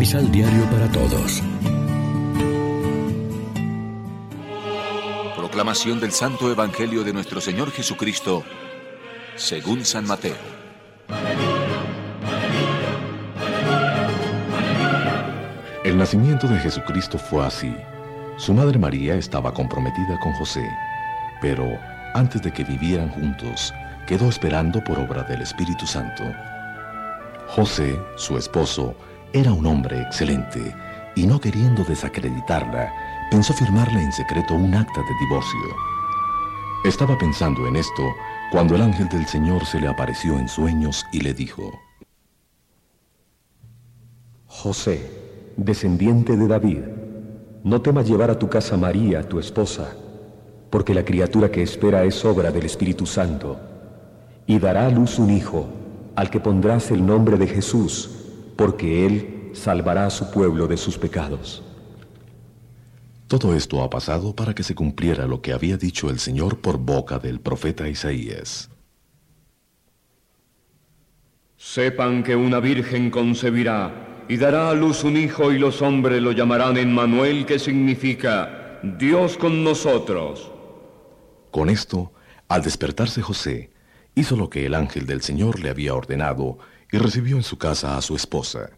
Misal Diario para Todos. Proclamación del Santo Evangelio de nuestro Señor Jesucristo, según San Mateo. El nacimiento de Jesucristo fue así. Su madre María estaba comprometida con José, pero antes de que vivieran juntos, quedó esperando por obra del Espíritu Santo. José, su esposo, era un hombre excelente, y no queriendo desacreditarla, pensó firmarle en secreto un acta de divorcio. Estaba pensando en esto cuando el ángel del Señor se le apareció en sueños y le dijo: José, descendiente de David, no temas llevar a tu casa a María, tu esposa, porque la criatura que espera es obra del Espíritu Santo, y dará a luz un hijo, al que pondrás el nombre de Jesús, porque él salvará a su pueblo de sus pecados. Todo esto ha pasado para que se cumpliera lo que había dicho el Señor por boca del profeta Isaías. Sepan que una virgen concebirá y dará a luz un hijo, y los hombres lo llamarán Emmanuel, que significa Dios con nosotros. Con esto, al despertarse José, hizo lo que el ángel del Señor le había ordenado y recibió en su casa a su esposa.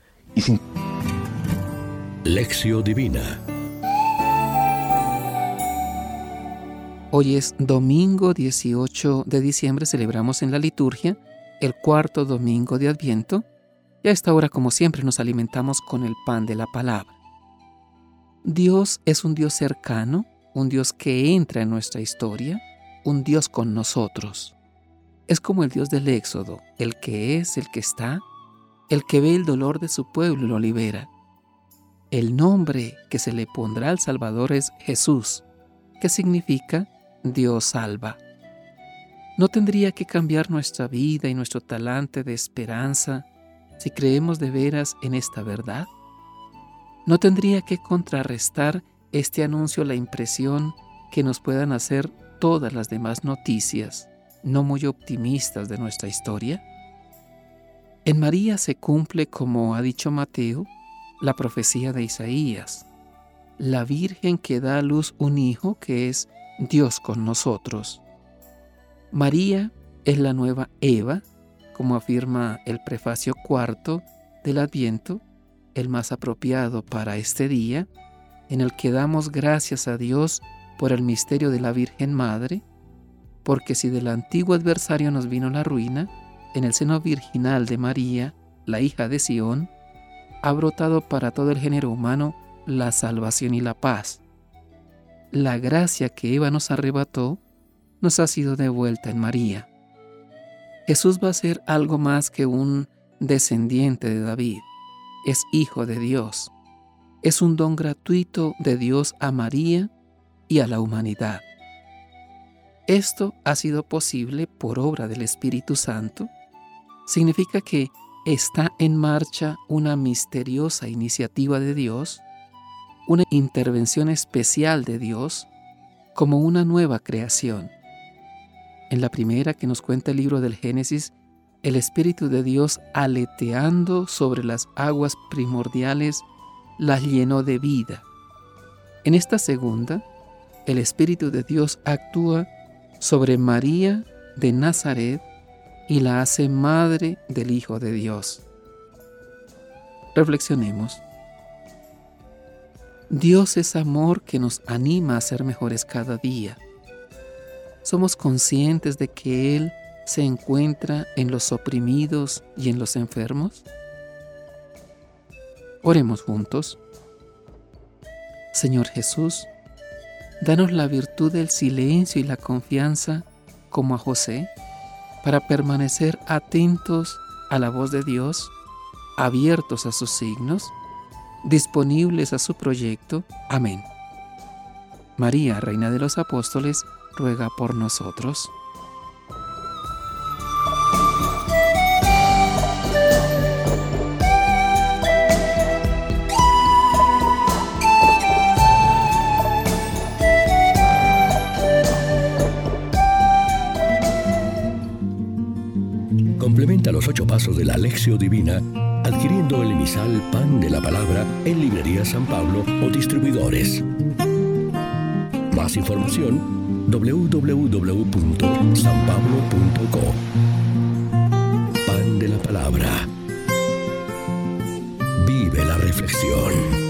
Lección Divina. Hoy es domingo 18 de diciembre, celebramos en la liturgia el cuarto domingo de Adviento, y a esta hora, como siempre, nos alimentamos con el pan de la palabra. Dios es un Dios cercano, un Dios que entra en nuestra historia, un Dios con nosotros. Es como el Dios del Éxodo, el que es, el que está, el que ve el dolor de su pueblo y lo libera. El nombre que se le pondrá al Salvador es Jesús, que significa Dios salva. ¿No tendría que cambiar nuestra vida y nuestro talante de esperanza si creemos de veras en esta verdad? ¿No tendría que contrarrestar este anuncio la impresión que nos puedan hacer todas las demás noticias no muy optimistas de nuestra historia? En María se cumple, como ha dicho Mateo, la profecía de Isaías, la Virgen que da a luz un hijo que es Dios con nosotros. María es la nueva Eva, como afirma el prefacio cuarto del Adviento, el más apropiado para este día, en el que damos gracias a Dios por el misterio de la Virgen Madre, porque si del antiguo adversario nos vino la ruina, en el seno virginal de María, la hija de Sión, ha brotado para todo el género humano la salvación y la paz. La gracia que Eva nos arrebató nos ha sido devuelta en María. Jesús va a ser algo más que un descendiente de David. Es hijo de Dios. Es un don gratuito de Dios a María y a la humanidad. Esto ha sido posible por obra del Espíritu Santo. Significa que está en marcha una misteriosa iniciativa de Dios, una intervención especial de Dios, como una nueva creación. En la primera que nos cuenta el libro del Génesis, el Espíritu de Dios, aleteando sobre las aguas primordiales, las llenó de vida. En esta segunda, el Espíritu de Dios actúa sobre María de Nazaret y la hace madre del Hijo de Dios. Reflexionemos. Dios es amor que nos anima a ser mejores cada día. ¿Somos conscientes de que Él se encuentra en los oprimidos y en los enfermos? Oremos juntos. Señor Jesús, danos la virtud del silencio y la confianza, como a José, para permanecer atentos a la voz de Dios, abiertos a sus signos, disponibles a su proyecto. Amén. María, Reina de los Apóstoles, ruega por nosotros. Complementa los 8 pasos de la Lección Divina adquiriendo el emisal Pan de la Palabra en Librería San Pablo o distribuidores. Más información www.sanpablo.co. Pan de la Palabra. Vive la reflexión.